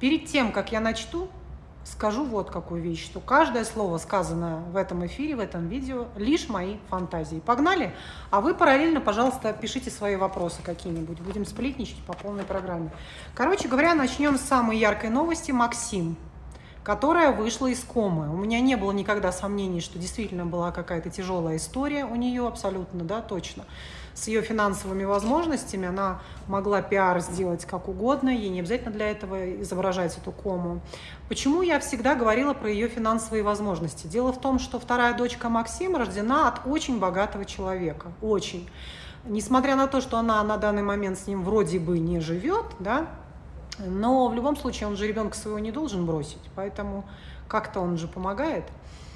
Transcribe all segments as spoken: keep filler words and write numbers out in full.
Перед тем, как я начну, скажу вот какую вещь, что каждое слово, сказанное в этом эфире, в этом видео, лишь мои фантазии. Погнали? А вы параллельно, пожалуйста, пишите свои вопросы какие-нибудь. Будем сплетничать по полной программе. Короче говоря, начнем с самой яркой новости. Максим, которая вышла из комы. У меня не было никогда сомнений, что действительно была какая-то тяжелая история у нее, абсолютно, да, точно. С ее финансовыми возможностями она могла пиар сделать как угодно, ей не обязательно для этого изображать эту кому. Почему я всегда говорила про ее финансовые возможности? Дело в том, что вторая дочка Максима рождена от очень богатого человека, очень. Несмотря на то, что она на данный момент с ним вроде бы не живет, да, но в любом случае он же ребенка своего не должен бросить, поэтому как-то он же помогает.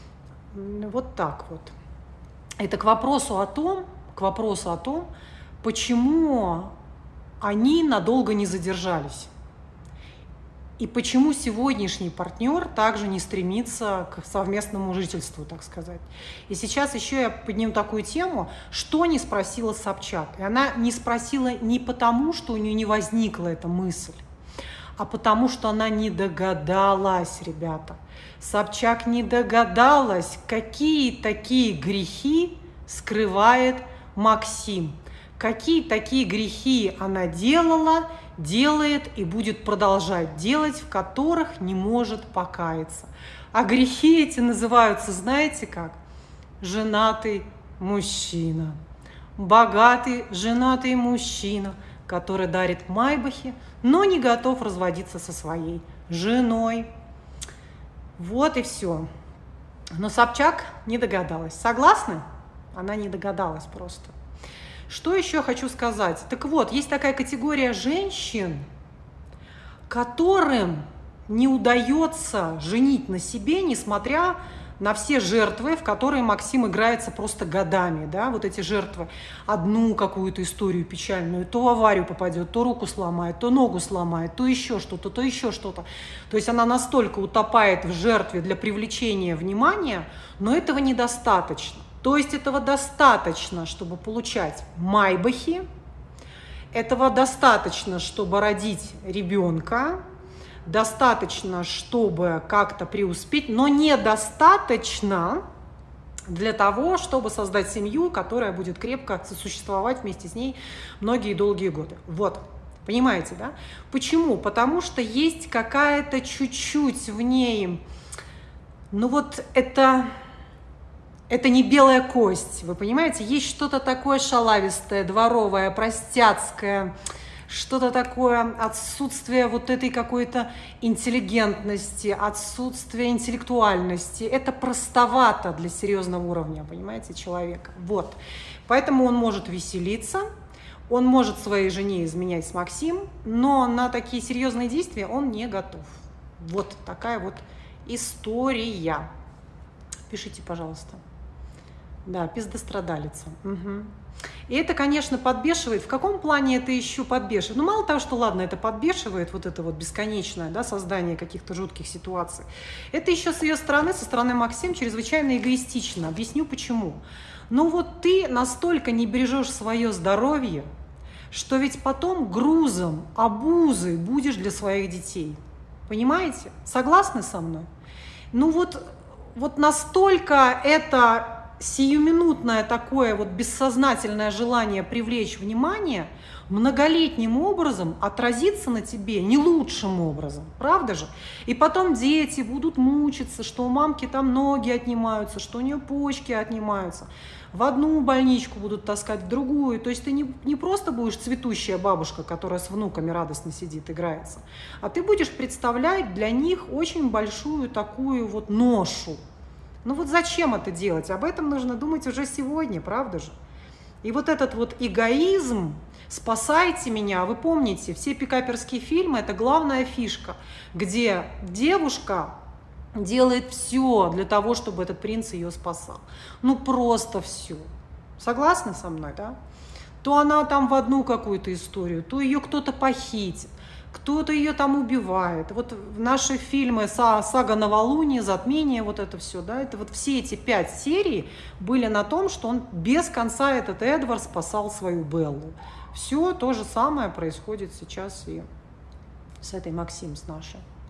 Вот так вот. Это к вопросу о том, к вопросу о том, почему они надолго не задержались. И почему сегодняшний партнер также не стремится к совместному жительству, так сказать. И сейчас еще я подниму такую тему, что не спросила Собчак. И она не спросила не потому, что у нее не возникла эта мысль, а потому что она не догадалась, ребята. Собчак не догадалась, какие такие грехи скрывает Максим. Какие такие грехи она делала, делает и будет продолжать делать, в которых не может покаяться. А грехи эти называются, знаете как? Женатый мужчина. Богатый женатый мужчина, который дарит майбахи, но не готов разводиться со своей женой. Вот и все. Но Собчак не догадалась. Согласны? Она не догадалась просто. Что еще хочу сказать? Так вот, есть такая категория женщин, которым не удается женить на себе, несмотря на все жертвы, в которые Максим играется просто годами. Да? Вот эти жертвы. Одну какую-то историю печальную, то в аварию попадет, то руку сломает, то ногу сломает, то еще что-то, то еще что-то. То есть она настолько утопает в жертве для привлечения внимания, но этого недостаточно. То есть этого достаточно, чтобы получать майбахи, этого достаточно, чтобы родить ребенка, достаточно, чтобы как-то преуспеть, но недостаточно для того, чтобы создать семью, которая будет крепко сосуществовать вместе с ней многие долгие годы. Вот, понимаете, да? Почему? Потому что есть какая-то чуть-чуть в ней, ну вот это... Это не белая кость, вы понимаете? Есть что-то такое шалавистое, дворовое, простяцкое, что-то такое отсутствие вот этой какой-то интеллигентности, отсутствие интеллектуальности. Это простовато для серьезного уровня, понимаете, человека. Вот. Поэтому он может веселиться, он может своей жене изменять с Максим, но на такие серьезные действия он не готов. Вот такая вот история. Пишите, пожалуйста. Да, пиздострадалица. Угу. И это, конечно, подбешивает. В каком плане это еще подбешивает? Ну, мало того, что, ладно, это подбешивает, вот это вот бесконечное, да, создание каких-то жутких ситуаций. Это еще с ее стороны, со стороны Максим, чрезвычайно эгоистично. Объясню, почему. Ну, вот ты настолько не бережешь свое здоровье, что ведь потом грузом, обузой будешь для своих детей. Понимаете? Согласны со мной? Ну, вот, вот настолько это... сиюминутное такое вот бессознательное желание привлечь внимание многолетним образом отразится на тебе не лучшим образом, правда же? И потом дети будут мучиться, что у мамки там ноги отнимаются, что у нее почки отнимаются. В одну больничку будут таскать, в другую. То есть ты не, не просто будешь цветущая бабушка, которая с внуками радостно сидит, играется, а ты будешь представлять для них очень большую такую вот ношу. Ну вот зачем это делать? Об этом нужно думать уже сегодня, правда же? И вот этот вот эгоизм, спасайте меня, вы помните, все пикаперские фильмы – это главная фишка, где девушка делает все для того, чтобы этот принц ее спасал. Ну просто все. Согласны со мной, да? То она там в одну какую-то историю, то ее кто-то похитит. Кто-то ее там убивает. Вот наши фильмы «Сага новолуния», «Затмение», вот это все, да, это вот все эти пять серий были на том, что он без конца, этот Эдвард, спасал свою Беллу. Все то же самое происходит сейчас и с этой Максим, с нашей.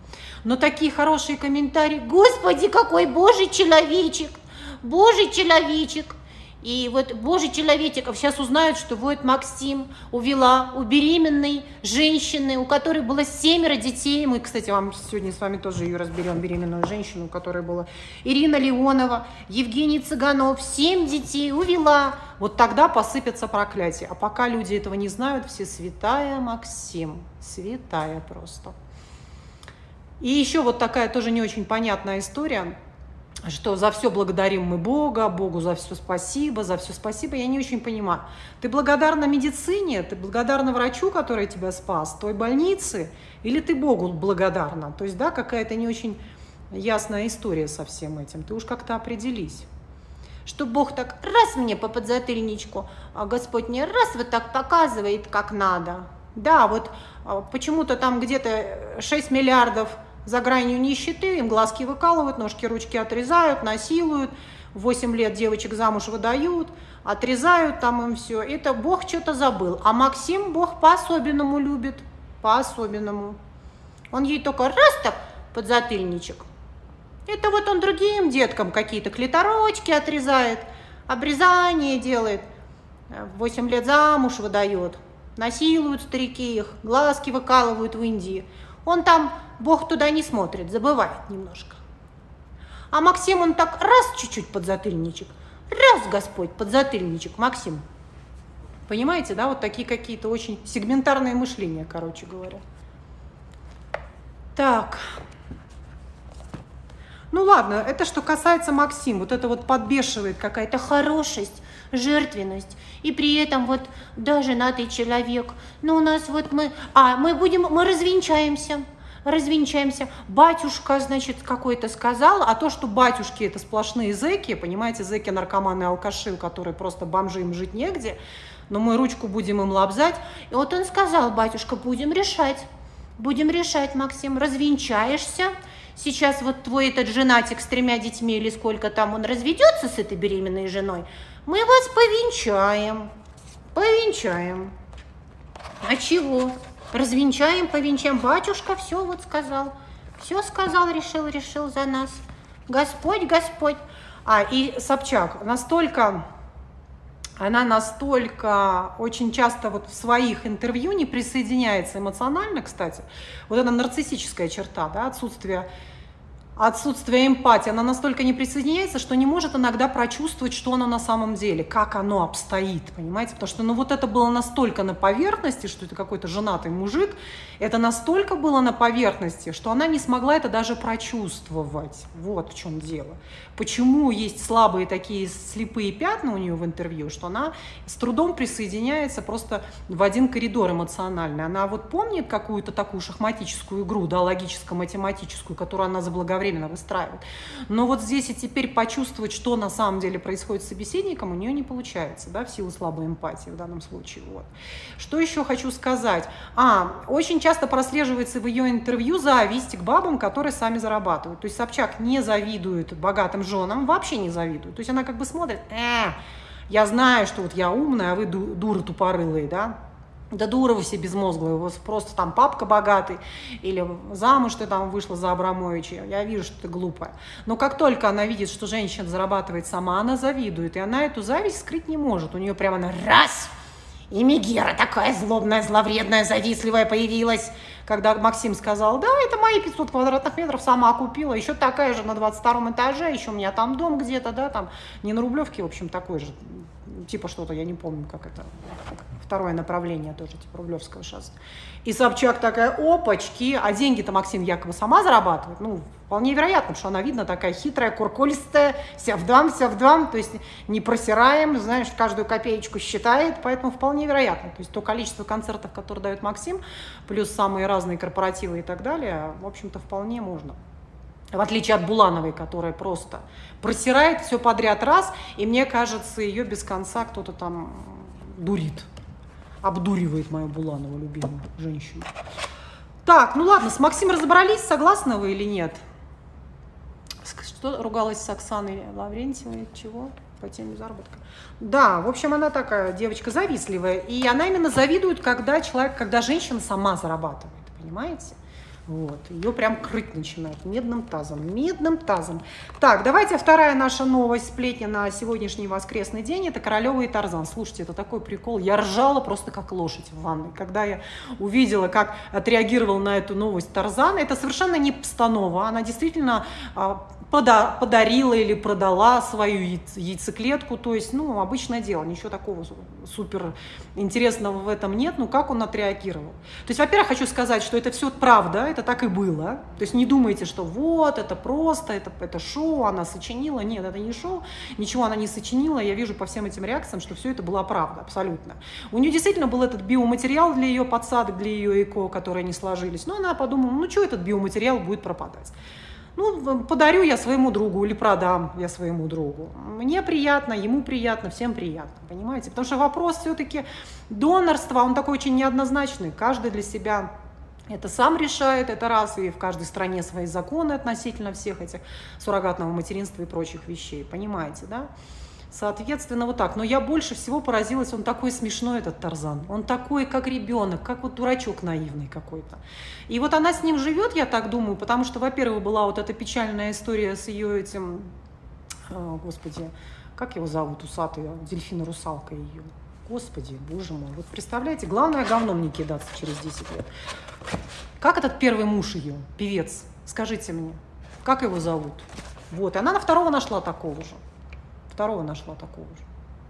Но такие хорошие комментарии. Господи, какой божий человечек, божий человечек. И вот божий человечек, сейчас узнают, что вот Максим увела у беременной женщины, у которой было семеро детей. Мы, кстати, вам сегодня с вами тоже ее разберем, беременную женщину, у которой была Ирина Леонова, Евгений Цыганов, семь детей увела. Вот тогда посыпятся проклятия. А пока люди этого не знают, все святая Максим, святая просто. И еще вот такая тоже не очень понятная история, что за все благодарим мы Бога, Богу за все спасибо, за все спасибо, я не очень понимаю. Ты благодарна медицине, ты благодарна врачу, который тебя спас, той больнице, или ты Богу благодарна? То есть, да, какая-то не очень ясная история со всем этим. Ты уж как-то определись. Что Бог так раз мне по подзатыльничку, а Господь мне раз вот так показывает, как надо. Да, вот почему-то там где-то шесть миллиардов за гранью нищеты, им глазки выкалывают, ножки, ручки отрезают, насилуют, в восемь лет девочек замуж выдают, отрезают там им все. Это Бог что-то забыл. А Максим Бог по-особенному любит, по-особенному. Он ей только раз так подзатыльничек. Это вот он другим деткам какие-то клиторочки отрезает, обрезание делает, в восемь лет замуж выдает, насилуют старики их, глазки выкалывают в Индии. Он там, Бог туда не смотрит, забывает немножко. А Максим, он так раз чуть-чуть подзатыльничек, раз, Господь, подзатыльничек, Максим. Понимаете, да, вот такие какие-то очень сегментарные мышления, короче говоря. Так. Ну ладно, это что касается Максим, вот это вот подбешивает какая-то хорошесть, жертвенность, и при этом вот, да, женатый человек, ну у нас вот мы, а, мы будем, мы развенчаемся, развенчаемся, батюшка, значит, какой-то сказал, а то, что батюшки это сплошные зэки, понимаете, зэки, наркоманы, алкаши, у которых просто бомжи, им жить негде, но мы ручку будем им лобзать, и вот он сказал, батюшка, будем решать, будем решать, Максим, развенчаешься. Сейчас вот твой этот женатик с тремя детьми или сколько там, он разведется с этой беременной женой, мы вас повенчаем, повенчаем. А чего? Развенчаем, повенчаем. Батюшка все вот сказал, все сказал, решил, решил за нас. Господь, Господь. А, и Собчак настолько, она настолько очень часто вот в своих интервью не присоединяется эмоционально, кстати. Вот эта нарциссическая черта, да, отсутствие, отсутствие эмпатии, она настолько не присоединяется, что не может иногда прочувствовать, что оно на самом деле, как оно обстоит, понимаете? Потому что ну вот это было настолько на поверхности, что это какой-то женатый мужик, это настолько было на поверхности, что она не смогла это даже прочувствовать. Вот в чем дело. Почему есть слабые такие слепые пятна у нее в интервью, что она с трудом присоединяется просто в один коридор эмоциональный. Она вот помнит какую-то такую шахматическую игру, да, логическо-математическую, которую она заблаговременно выстраивает. Но вот здесь и теперь почувствовать, что на самом деле происходит с собеседником, у нее не получается, да, в силу слабой эмпатии в данном случае. Вот. Что еще хочу сказать? А, очень часто прослеживается в ее интервью зависть к бабам, которые сами зарабатывают. То есть Собчак не завидует богатым женам, вообще не завидует. То есть она как бы смотрит, э, я знаю, что вот я умная, а вы дуры тупорылые, да? Да дура вы все безмозглые, у вас просто там папка богатый, или замуж ты там вышла за Абрамовича, я вижу, что ты глупая. Но как только она видит, что женщина зарабатывает сама, она завидует, и она эту зависть скрыть не может. У нее прямо она раз, и Мегера такая злобная, зловредная, завистливая появилась. Когда Максим сказал, да, это мои пятьсот квадратных метров, сама купила, еще такая же на двадцать втором этаже, еще у меня там дом где-то, да, там, не на Рублевке, в общем, такой же, типа что-то, я не помню, как это, второе направление тоже, типа Рублевского шоссе. И Собчак такая, опачки, а деньги-то Максим якобы сама зарабатывает, ну, вполне вероятно, потому что она, видно, такая хитрая, куркулистая, вся в дам, вся в дам, то есть не просираем, знаешь, каждую копеечку считает, поэтому вполне вероятно. То есть то количество концертов, которые дает Максим, плюс самые разные корпоративы и так далее, в общем-то, вполне можно. В отличие от Булановой, которая просто просирает все подряд раз, и мне кажется, ее без конца кто-то там дурит, обдуривает мою Буланову, любимую женщину. Так, ну ладно, с Максимом разобрались, согласны вы или нет? Что ругалась с Оксаной Лаврентьевой, чего? По теме заработка. Да, в общем, она такая девочка завистливая, и она именно завидует, когда человек, когда женщина сама зарабатывает, понимаете? Вот, ее прям крыть начинает медным тазом, медным тазом. Так, давайте вторая наша новость, сплетня на сегодняшний воскресный день, это Королева и Тарзан. Слушайте, это такой прикол, я ржала просто как лошадь в ванной, когда я увидела, как отреагировал на эту новость Тарзан. Это совершенно не постанова, она действительно подарила или продала свою яйцеклетку, то есть, ну, обычное дело, ничего такого супер интересного в этом нет, ну, как он отреагировал. То есть, во-первых, хочу сказать, что это все правда, это так и было, то есть не думайте, что вот, это просто, это, это шоу, она сочинила, нет, это не шоу, ничего она не сочинила, я вижу по всем этим реакциям, что все это была правда, абсолютно. У нее действительно был этот биоматериал для ее подсадок, для ее ЭКО, которые не сложились, но она подумала, ну, что этот биоматериал будет пропадать. Ну, подарю я своему другу или продам я своему другу. Мне приятно, ему приятно, всем приятно, понимаете? Потому что вопрос все-таки донорства, он такой очень неоднозначный. Каждый для себя это сам решает, это раз, и в каждой стране свои законы относительно всех этих суррогатного материнства и прочих вещей, понимаете, да? Соответственно, вот так. Но я больше всего поразилась, он такой смешной, этот Тарзан. Он такой, как ребенок, как вот дурачок наивный какой-то. И вот она с ним живет, я так думаю, потому что, во-первых, была вот эта печальная история с ее этим, о, господи, как его зовут, усатый, дельфина-русалка ее. Господи, боже мой, вот представляете, главное говном не кидаться через десять лет. Как этот первый муж ее, певец, скажите мне, как его зовут? Вот, и она на второго нашла такого же. Второго нашла такого же.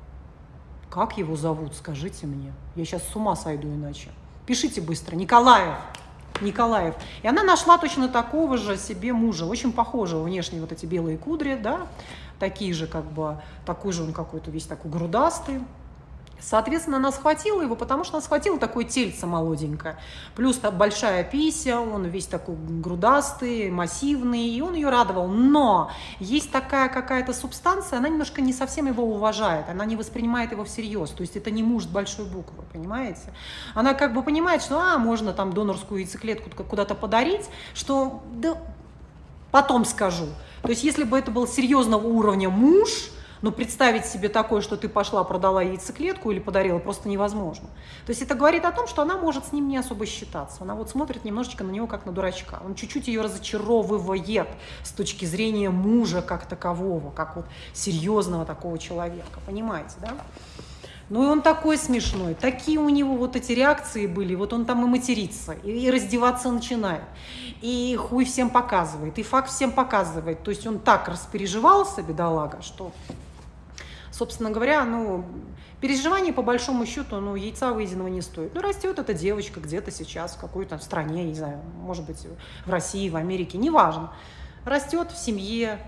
Как его зовут, скажите мне. Я сейчас с ума сойду иначе. Пишите быстро. Николаев. Николаев. И она нашла точно такого же себе мужа, очень похожего внешне, вот эти белые кудри, да, такие же, как бы, такой же он какой-то весь такой грудастый. Соответственно, она схватила его, потому что она схватила такое тельце молоденькое. Плюс там большая пися, он весь такой грудастый, массивный, и он ее радовал. Но есть такая какая-то субстанция, она немножко не совсем его уважает, она не воспринимает его всерьез. То есть это не муж с большой буквы, понимаете? Она как бы понимает, что а, можно там донорскую яйцеклетку куда-то подарить, что да, потом скажу. То есть если бы это был серьезного уровня муж, но представить себе такое, что ты пошла, продала яйцеклетку или подарила, просто невозможно. То есть это говорит о том, что она может с ним не особо считаться. Она вот смотрит немножечко на него как на дурачка. Он чуть-чуть ее разочаровывает с точки зрения мужа как такового, как вот серьезного такого человека. Понимаете, да? Ну и он такой смешной, такие у него вот эти реакции были, вот он там и матерится, и раздеваться начинает, и хуй всем показывает, и факт всем показывает. То есть он так распереживался, бедолага, что, собственно говоря, ну, переживание по большому счету, ну, яйца выеденного не стоит. Ну, растет эта девочка где-то сейчас в какой-то стране, не знаю, может быть, в России, в Америке, неважно. Растет в семье,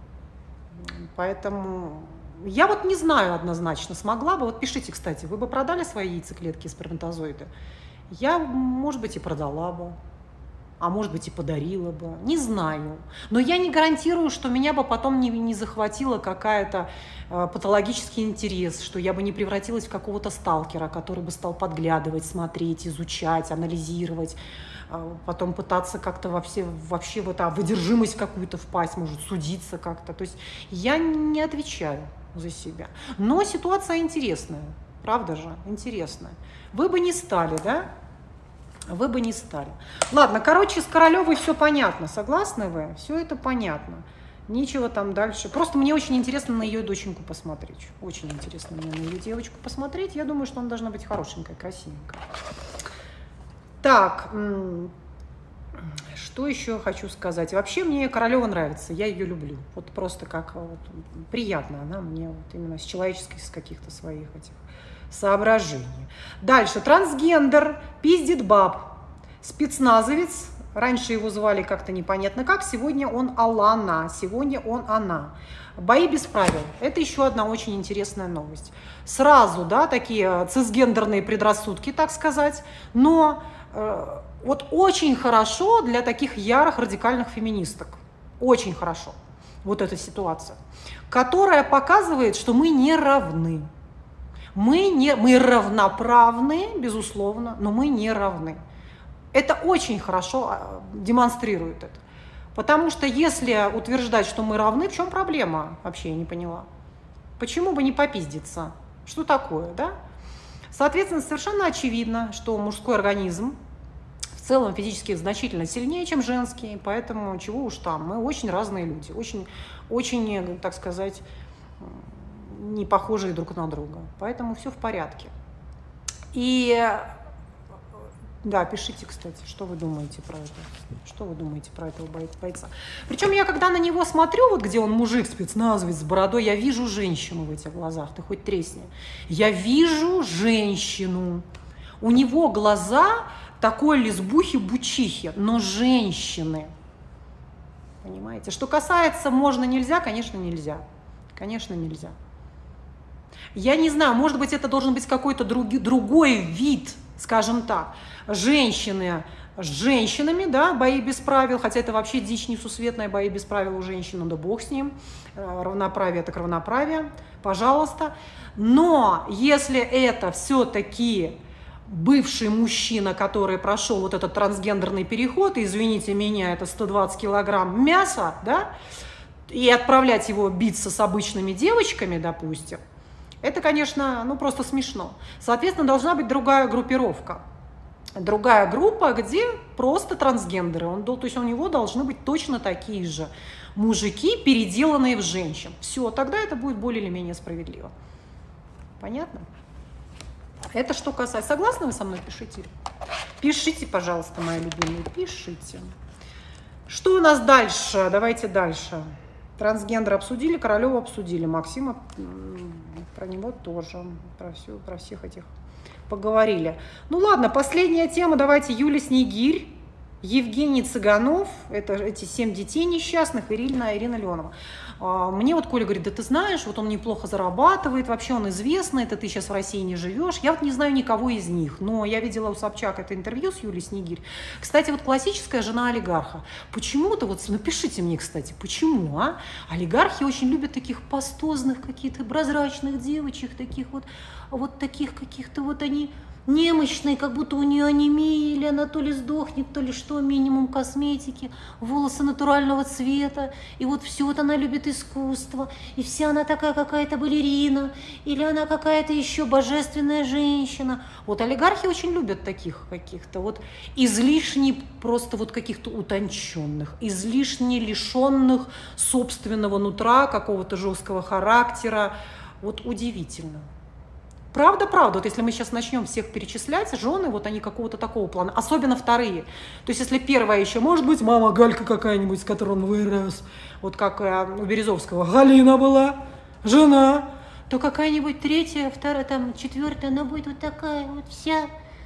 поэтому... Я вот не знаю однозначно, смогла бы, вот пишите, кстати, вы бы продали свои яйцеклетки, сперматозоиды? Я, может быть, и продала бы, а может быть, и подарила бы, не знаю. Но я не гарантирую, что меня бы потом не, не захватила какая-то э, патологический интерес, что я бы не превратилась в какого-то сталкера, который бы стал подглядывать, смотреть, изучать, анализировать, э, потом пытаться как-то вообще, вообще в это, в одержимость какую-то впасть, может, судиться как-то. То есть я не отвечаю за себя. Но ситуация интересная, правда же, интересная. Вы бы не стали, да? Вы бы не стали. Ладно, короче, с Королевой все понятно. Согласны вы? Все это понятно. Нечего там дальше. Просто мне очень интересно на ее доченьку посмотреть. Очень интересно мне на ее девочку посмотреть. Я думаю, что она должна быть хорошенькая, красивенькая. Так, что еще хочу сказать? Вообще мне Королева нравится, я ее люблю. Вот просто как вот, приятно она мне вот именно с человеческих, с каких-то своих этих соображений. Дальше. Трансгендер пиздит баб. Спецназовец. Раньше его звали как-то непонятно как. Сегодня он Алана. Сегодня он она. Бои без правил. Это еще одна очень интересная новость. Сразу, да, такие цисгендерные предрассудки, так сказать. Но э, вот очень хорошо для таких ярых радикальных феминисток. Очень хорошо. Вот эта ситуация. Которая показывает, что мы не равны. Мы, не, мы равноправны, безусловно, но мы не равны. Это очень хорошо демонстрирует это. Потому что если утверждать, что мы равны, в чем проблема? Вообще я не поняла. Почему бы не попиздиться? Что такое, да? Соответственно, совершенно очевидно, что мужской организм в целом физически значительно сильнее, чем женские, поэтому чего уж там, мы очень разные люди, очень, очень, так сказать, не похожие друг на друга, поэтому все в порядке. И да, пишите, кстати, что вы думаете про это, что вы думаете про этого бойца. Причем я, когда на него смотрю, вот где он мужик, спецназовец с бородой, я вижу женщину в этих глазах, ты хоть тресни. Я вижу женщину. У него глаза такой лесбухи-бучихи, но женщины. Понимаете? Что касается можно, нельзя, конечно, нельзя. Конечно, нельзя. Я не знаю, может быть, это должен быть какой-то друг, другой вид, скажем так. Женщины с женщинами, да, бои без правил, хотя это вообще дичь несусветная, бои без правил у женщин, ну да бог с ним, равноправие так равноправие, пожалуйста. Но если это все-таки бывший мужчина, который прошел вот этот трансгендерный переход, и, извините меня, это сто двадцать килограмм мяса, да, и отправлять его биться с обычными девочками, допустим, это, конечно, ну просто смешно. Соответственно, должна быть другая группировка. Другая группа, где просто трансгендеры. Он, то есть у него должны быть точно такие же мужики, переделанные в женщин. Все, тогда это будет более или менее справедливо. Понятно? Это что касается. Согласны вы со мной? Пишите. Пишите, пожалуйста, мои любимые, пишите. Что у нас дальше? Давайте дальше. Трансгендер обсудили, Королева обсудили, Максима, про него тоже, про, всю, про всех этих поговорили. Ну ладно, последняя тема, давайте Юля Снегирь, Евгений Цыганов, это эти семь детей несчастных, Ирина, Ирина Леонова. Мне вот Коля говорит, да ты знаешь, вот он неплохо зарабатывает, вообще он известный, это ты сейчас в России не живешь. Я вот не знаю никого из них, но я видела у Собчак это интервью с Юлией Снегирь. Кстати, вот классическая жена олигарха. Почему-то, вот напишите мне, кстати, почему, а? Олигархи очень любят таких пастозных, каких-то прозрачных девочек, таких вот, вот таких каких-то вот они... немощные, как будто у нее анемия, или она то ли сдохнет, то ли что, минимум косметики, волосы натурального цвета, и вот все вот она любит искусство, и вся она такая какая-то балерина, или она какая-то еще божественная женщина. Вот олигархи очень любят таких каких-то вот излишне просто вот каких-то утонченных, излишне лишенных собственного нутра, какого-то жесткого характера. Вот удивительно. Правда, правда, вот если мы сейчас начнем всех перечислять, жены, вот они какого-то такого плана, особенно вторые. То есть если первая еще, может быть, мама Галька какая-нибудь, с которой он вырос, вот как у Березовского, Галина была, жена, то какая-нибудь третья, вторая, там, четвертая, она будет вот такая вот вся,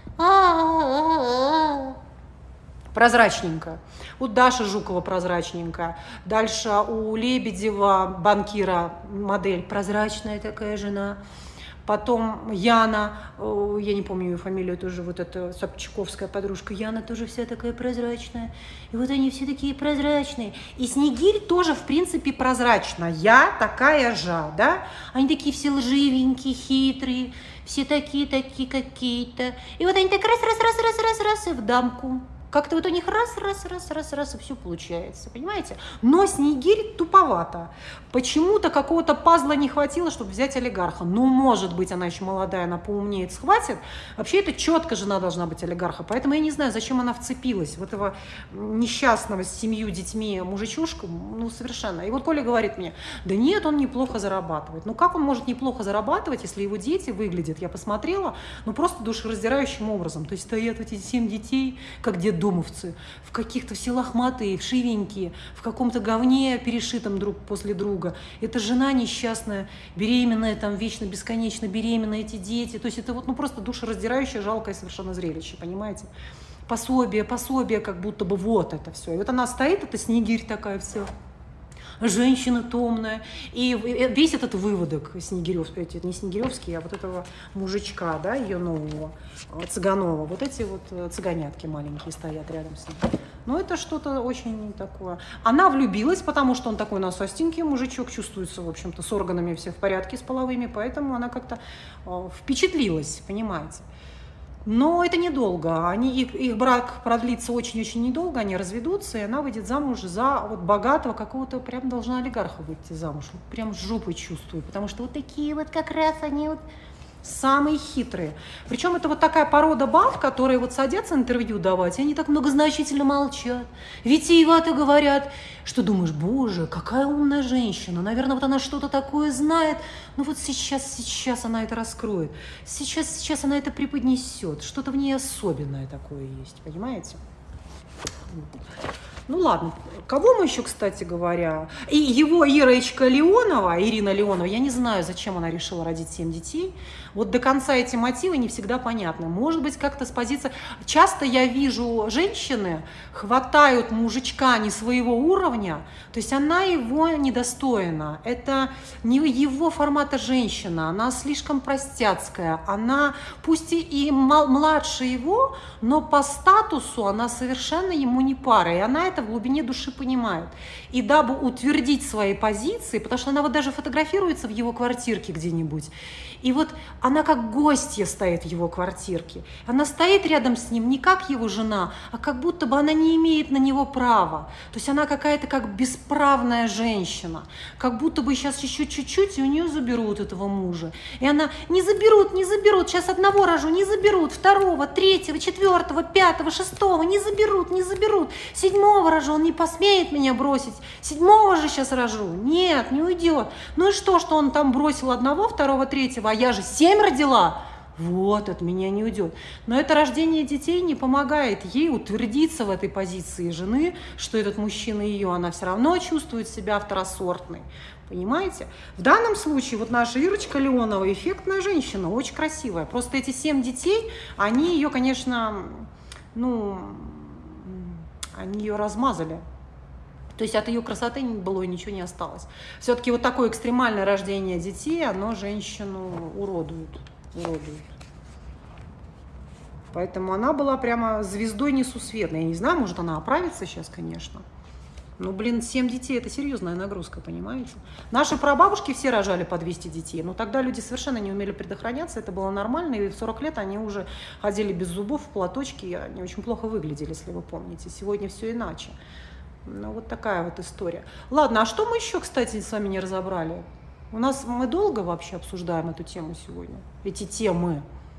а-а-а-а. Прозрачненькая. У Даши Жукова прозрачненькая. Дальше у Лебедева, банкира, модель, прозрачная такая жена. Потом Яна, я не помню ее фамилию, тоже вот эта собчаковская подружка, Яна тоже вся такая прозрачная. И вот они все такие прозрачные. И Снегирь тоже, в принципе, прозрачная, такая же, да? Они такие все лживенькие, хитрые, все такие-такие какие-то. И вот они так раз-раз-раз-раз-раз-раз и в дамку. Как-то вот у них раз-раз-раз-раз-раз, и все получается, понимаете? Но Снегирь туповато. Почему-то какого-то пазла не хватило, чтобы взять олигарха. Ну, может быть, она еще молодая, она поумнеет, схватит. Вообще, это четко жена должна быть олигарха. Поэтому я не знаю, зачем она вцепилась в этого несчастного с семью детьми мужичушку. Ну, совершенно. И вот Коля говорит мне, да нет, он неплохо зарабатывает. Ну, как он может неплохо зарабатывать, если его дети выглядят, я посмотрела, ну, просто душераздирающим образом. То есть стоят эти семь детей, как дед домовцы, в каких-то все лохматые, вшивенькие, в каком-то говне, перешитом друг после друга. Это жена несчастная, беременная, там вечно, бесконечно беременная, эти дети. То есть это вот ну, просто душераздирающее, жалкое совершенно зрелище, понимаете? Пособие, пособие, как будто бы вот это все. И вот она стоит, это Снегирь такая вся. Женщина томная. И весь этот выводок Снегиревский, не Снегиревский, а вот этого мужичка, да, ее нового, Цыганова, вот эти вот цыганятки маленькие стоят рядом с ним. Ну, это что-то очень такое. Она влюбилась, потому что он такой насостенький мужичок, чувствуется, в общем-то, с органами все в порядке, с половыми, поэтому она как-то впечатлилась, понимаете. Но это недолго. Они, их, их брак продлится очень-очень недолго, они разведутся, и она выйдет замуж за вот богатого какого-то, прям должна олигарха выйти замуж. Вот прям с жопой чувствую, потому что вот такие вот как раз они вот Самые хитрые. Причем это вот такая порода баб, которые вот садятся интервью давать, и они так многозначительно молчат, витиевато говорят, что думаешь, боже, какая умная женщина, наверное, вот она что-то такое знает, ну вот сейчас, сейчас она это раскроет, сейчас, сейчас она это преподнесет, что-то в ней особенное такое есть, понимаете? Ну ладно, кого мы еще, кстати говоря, и его Ирочка Леонова, Ирина Леонова, я не знаю, зачем она решила родить семь детей, вот до конца эти мотивы не всегда понятны. Может быть, как-то с позиции... Часто я вижу, женщины хватают мужичка не своего уровня, то есть она его недостойна, это не его формата женщина, она слишком простяцкая, она пусть и младше его, но по статусу она совершенно ему не пара, и она это в глубине души понимает. И дабы утвердить свои позиции, потому что она вот даже фотографируется в его квартирке где-нибудь, и вот она как гостья стоит в его квартирке. Она стоит рядом с ним не как его жена, а как будто бы она не имеет на него права. То есть она какая-то как бесправная женщина. Как будто бы сейчас еще чуть-чуть, и у нее заберут этого мужа. И она, не заберут, не заберут, сейчас одного рожу, не заберут, второго, третьего, четвертого, пятого, шестого, не заберут, не заберут. Седьмого рожу, он не посмеет меня бросить. Седьмого же сейчас рожу. Нет, не уйдет. Ну и что, что он там бросил одного, второго, третьего, а я же семь родила? Вот, от меня не уйдет. Но это рождение детей не помогает ей утвердиться в этой позиции жены, что этот мужчина ее, она все равно чувствует себя второсортной. Понимаете? В данном случае вот наша Ирочка Леонова эффектная женщина, очень красивая. Просто эти семь детей, они ее, конечно, ну, они ее размазали. То есть от ее красоты былой ничего не осталось. Все-таки вот такое экстремальное рождение детей, оно женщину уродует. уродует. Поэтому она была прямо звездой несусветной. Я не знаю, может, она оправится сейчас, конечно. Но, блин, семь детей – это серьезная нагрузка, понимаете? Наши прабабушки все рожали по двести детей, но тогда люди совершенно не умели предохраняться, это было нормально, и в сорок лет они уже ходили без зубов, в платочке, и они очень плохо выглядели, если вы помните. Сегодня все иначе. Ну, вот такая вот история. Ладно, а что мы еще, кстати, с вами не разобрали? У нас мы долго вообще обсуждаем эту тему сегодня, эти темы.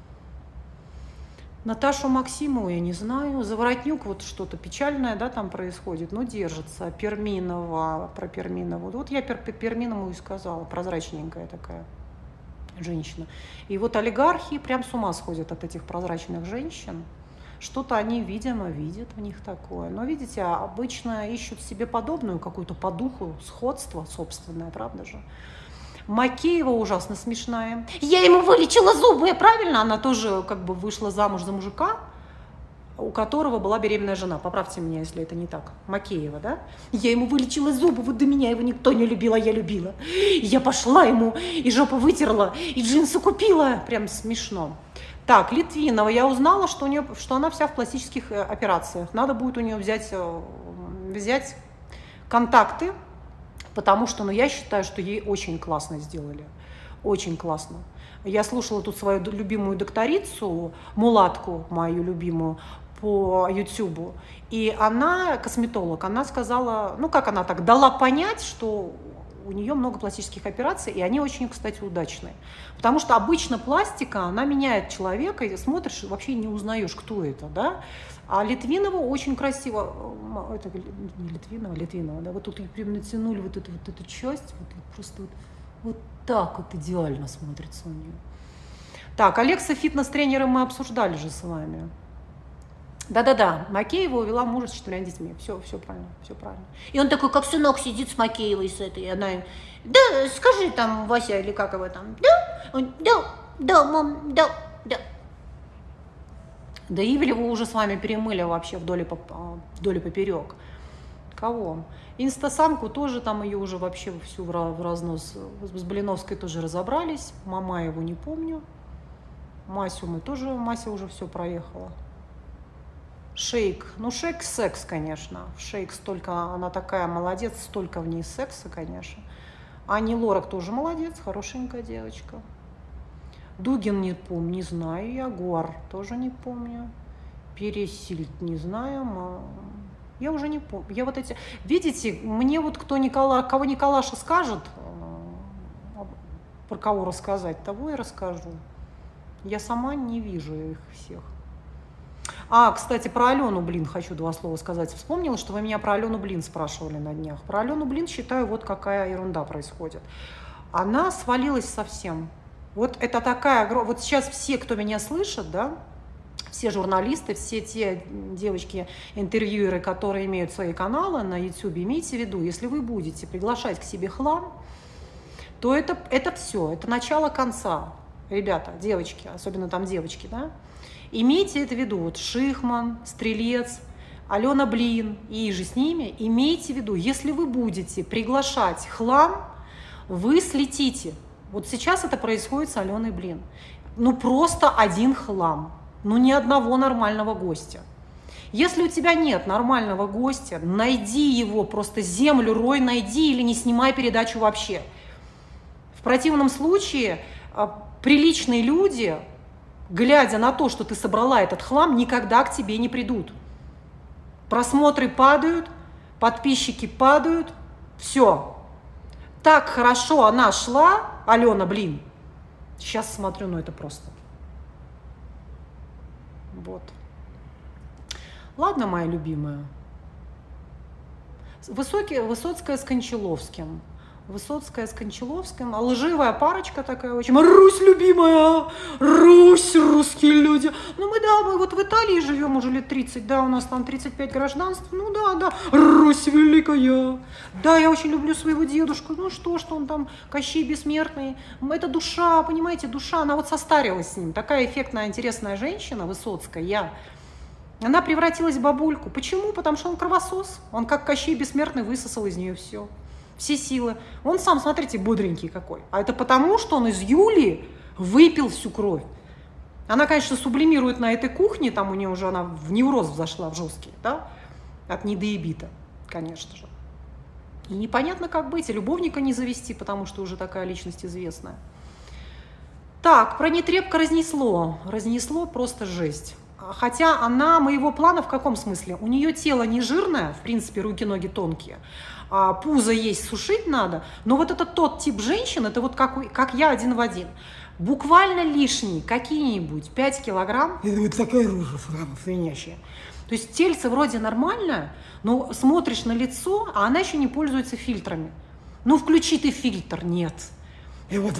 Наташу Максимову я не знаю, Заворотнюк, вот что-то печальное, да, там происходит, но держится. Перминова, про Перминову. Вот я Пер, Перминову и сказала, прозрачненькая такая женщина. И вот олигархи прям с ума сходят от этих прозрачных женщин. Что-то они, видимо, видят в них такое. Но, видите, обычно ищут себе подобную какую-то по духу, сходство собственное, правда же? Макеева ужасно смешная. Я ему вылечила зубы, правильно? Она тоже как бы вышла замуж за мужика, у которого была беременная жена. Поправьте меня, если это не так. Макеева, да? Я ему вылечила зубы, вот до меня его никто не любил, а я любила. Я пошла ему и жопу вытерла, и джинсы купила. Прям смешно. Так, Литвинова, я узнала, что, у нее, что она вся в пластических операциях. Надо будет у нее взять, взять контакты, потому что, ну, я считаю, что ей очень классно сделали. Очень классно. Я слушала тут свою любимую докторицу, мулатку мою любимую, по Ютубу, и она, косметолог, она сказала, ну, как она так, дала понять, что у нее много пластических операций, и они очень, кстати, удачные. Потому что обычно пластика, она меняет человека, и смотришь, вообще не узнаешь, кто это, да. А Литвинова очень красиво, это не Литвинова, Литвинова, да, вот тут прям натянули вот эту, вот эту часть, вот просто вот, вот так вот идеально смотрится у нее. Так, Алекса фитнес-тренером мы обсуждали же с вами. Да-да-да, Макеева увела мужа с четырьмя детьми. Все, все правильно, все правильно. И он такой, как сынок, сидит с Макеевой, с этой, и она, да, скажи там, Вася, или как его там, да, он, да, да, мам, да, да. Да Ивлева уже с вами перемыли вообще вдоль и, вдоль и поперек. Кого? Инстасамку тоже там ее уже вообще всю в разнос. С Блиновской тоже разобрались. Мамаеву не помню. Масю мы тоже, Мася уже все проехала. Шейк. Ну, Шейк секс, конечно. Шейк столько, она такая молодец, столько в ней секса, конечно. Ани Лорак тоже молодец, хорошенькая девочка. Дугин не помню, не знаю я. Гуар тоже не помню. Пересильд не знаю. Я уже не помню. Я вот эти... Видите, мне вот кто Никола... кого Николаша скажет, про кого рассказать, того и расскажу. Я сама не вижу их всех. А, кстати, про Алену Блин хочу два слова сказать. Вспомнила, что вы меня про Алену Блин спрашивали на днях. Про Алену Блин считаю, вот какая ерунда происходит. Она свалилась совсем. Вот это такая... Вот сейчас все, кто меня слышит, да, все журналисты, все те девочки-интервьюеры, которые имеют свои каналы на YouTube, имейте в виду, если вы будете приглашать к себе хлам, то это, это все, это начало конца. Ребята, девочки, особенно там девочки, да, имейте это в виду. Вот Шихман, Стрелец, Алена Блин и же с ними, имейте в виду, если вы будете приглашать хлам, вы слетите. Вот сейчас это происходит с Аленой Блин. Ну просто один хлам. Ну, ни одного нормального гостя. Если у тебя нет нормального гостя, найди его, просто землю рой, найди или не снимай передачу вообще. В противном случае приличные люди, глядя на то, что ты собрала этот хлам, никогда к тебе не придут. Просмотры падают, подписчики падают, все. Так хорошо она шла, Алена Блин. Сейчас смотрю, ну это просто... Вот. Ладно, моя любимая. Высокий, Высоцкая с Кончаловским. Высоцкая с Кончаловским. Лживая парочка такая очень. Русь, любимая! Русь, русские люди. Ну мы, да, мы вот в Италии живем уже лет тридцать, да, у нас там тридцать пять гражданств. Ну да, да. Русь великая. Да, я очень люблю своего дедушку. Ну что, что он там, Кощей бессмертный. Это душа, понимаете, душа. Она вот состарилась с ним. Такая эффектная, интересная женщина, Высоцкая. Я. Она превратилась в бабульку. Почему? Потому что он кровосос. Он как Кощей бессмертный высосал из нее все. Все силы. Он сам, смотрите, бодренький какой. А это потому, что он из Юлии выпил всю кровь. Она, конечно, сублимирует на этой кухне, там у нее уже она в невроз взошла, в жесткий, да, от недоебита, конечно же. И непонятно, как быть, и любовника не завести, потому что уже такая личность известная. Так, про Нетребко разнесло. Разнесло просто жесть. Хотя она моего плана в каком смысле? У нее тело не жирное, в принципе, руки-ноги тонкие, а пузо есть, сушить надо, но вот это тот тип женщин, это вот как, как я один в один. Буквально лишние какие-нибудь пять килограмм, и вот такая рожа свинящая. То есть тельце вроде нормальное, но смотришь на лицо, а она еще не пользуется фильтрами. Ну, включи ты фильтр, нет. И вот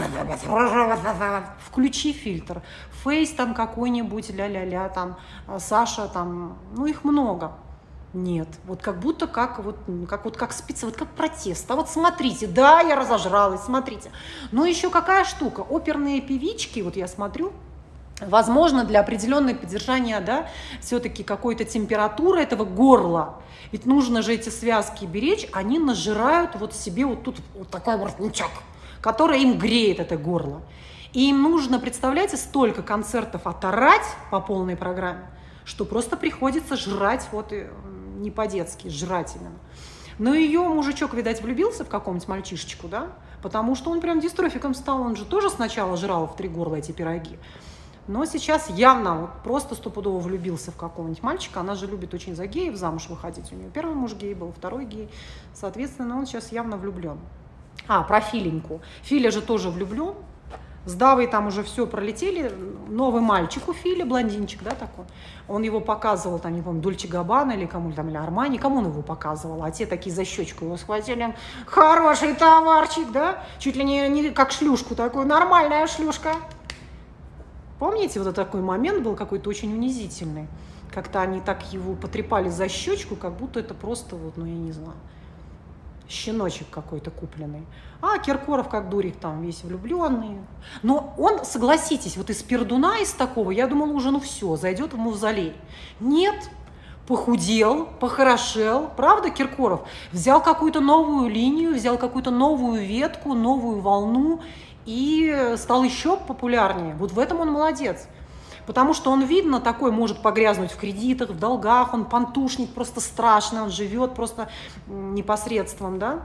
включи фильтр. Фейс там какой-нибудь, ля-ля-ля, там, Саша, там, ну их много. Нет, вот как будто как вот как, вот, как спица, вот как протест. А вот смотрите, да, я разожралась, смотрите. Но еще какая штука, оперные певички, вот я смотрю, возможно, для определенного поддержания, да, все-таки какой-то температуры этого горла, ведь нужно же эти связки беречь, они нажирают вот себе вот тут вот такой воротничок, который им греет это горло. И им нужно, представляете, столько концертов оторать по полной программе, что просто приходится жрать вот не по-детски, жрать именно. Но ее мужичок, видать, влюбился в какого-нибудь мальчишечку, да, потому что он прям дистрофиком стал, он же тоже сначала жрал в три горла эти пироги, но сейчас явно вот просто стопудово влюбился в какого-нибудь мальчика, она же любит очень за геев замуж выходить, у нее первый муж гей был, второй гей, соответственно, он сейчас явно влюблен. А, про Филеньку. Филя же тоже влюблен. С Давой там уже все пролетели. Новый мальчик у Фили, блондинчик, да, такой. Он его показывал, там, не помню, Дольче Габбана или кому там, или Армани. Кому он его показывал? А те такие за щечку его схватили. Хороший товарчик, да? Чуть ли не, не как шлюшку такую. Нормальная шлюшка. Помните, вот такой момент был какой-то очень унизительный. Как-то они так его потрепали за щечку, как будто это просто, вот, ну, я не знаю, щеночек какой-то купленный. А Киркоров как дурик там весь влюбленный. Но он, согласитесь, вот из пердуна, из такого, я думала уже, ну все, зайдет в мавзолей. Нет, похудел, похорошел. Правда, Киркоров? Взял какую-то новую линию, взял какую-то новую ветку, новую волну и стал еще популярнее. Вот в этом он молодец. Потому что он, видно, такой может погрязнуть в кредитах, в долгах, он пантушник просто страшный, он живет просто непосредством, да.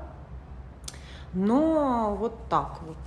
Но вот так вот.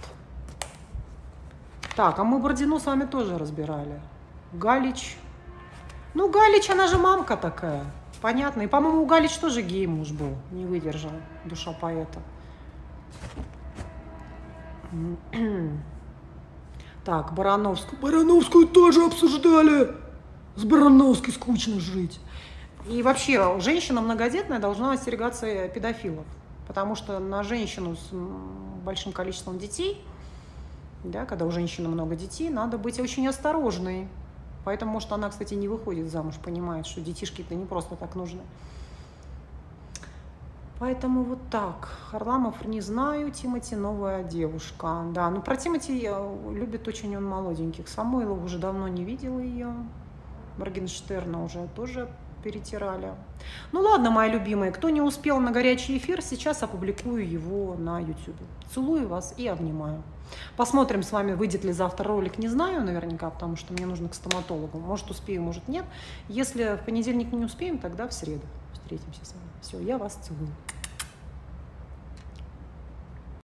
Так, а мы Бородину с вами тоже разбирали. Галич. Ну, Галич, она же мамка такая, понятно. И, по-моему, у Галич тоже гей муж был, не выдержал, душа поэта. Так, Барановскую. Барановскую тоже обсуждали. С Барановской скучно жить. И вообще, женщина многодетная должна остерегаться педофилов. Потому что на женщину с большим количеством детей, да, когда у женщины много детей, надо быть очень осторожной. Поэтому, может, она, кстати, не выходит замуж, понимает, что детишки-то не просто так нужны. Поэтому вот так. Харламов не знаю, Тимати новая девушка. Да, ну про Тимати любит очень он молоденьких. Самойлов уже давно не видела ее. Моргенштерна уже тоже перетирали. Ну ладно, мои любимые, кто не успел на горячий эфир, сейчас опубликую его на ютубе. Целую вас и обнимаю. Посмотрим с вами, выйдет ли завтра ролик, не знаю наверняка, потому что мне нужно к стоматологу. Может успею, может нет. Если в понедельник не успеем, тогда в среду встретимся с вами. Все, я вас целую.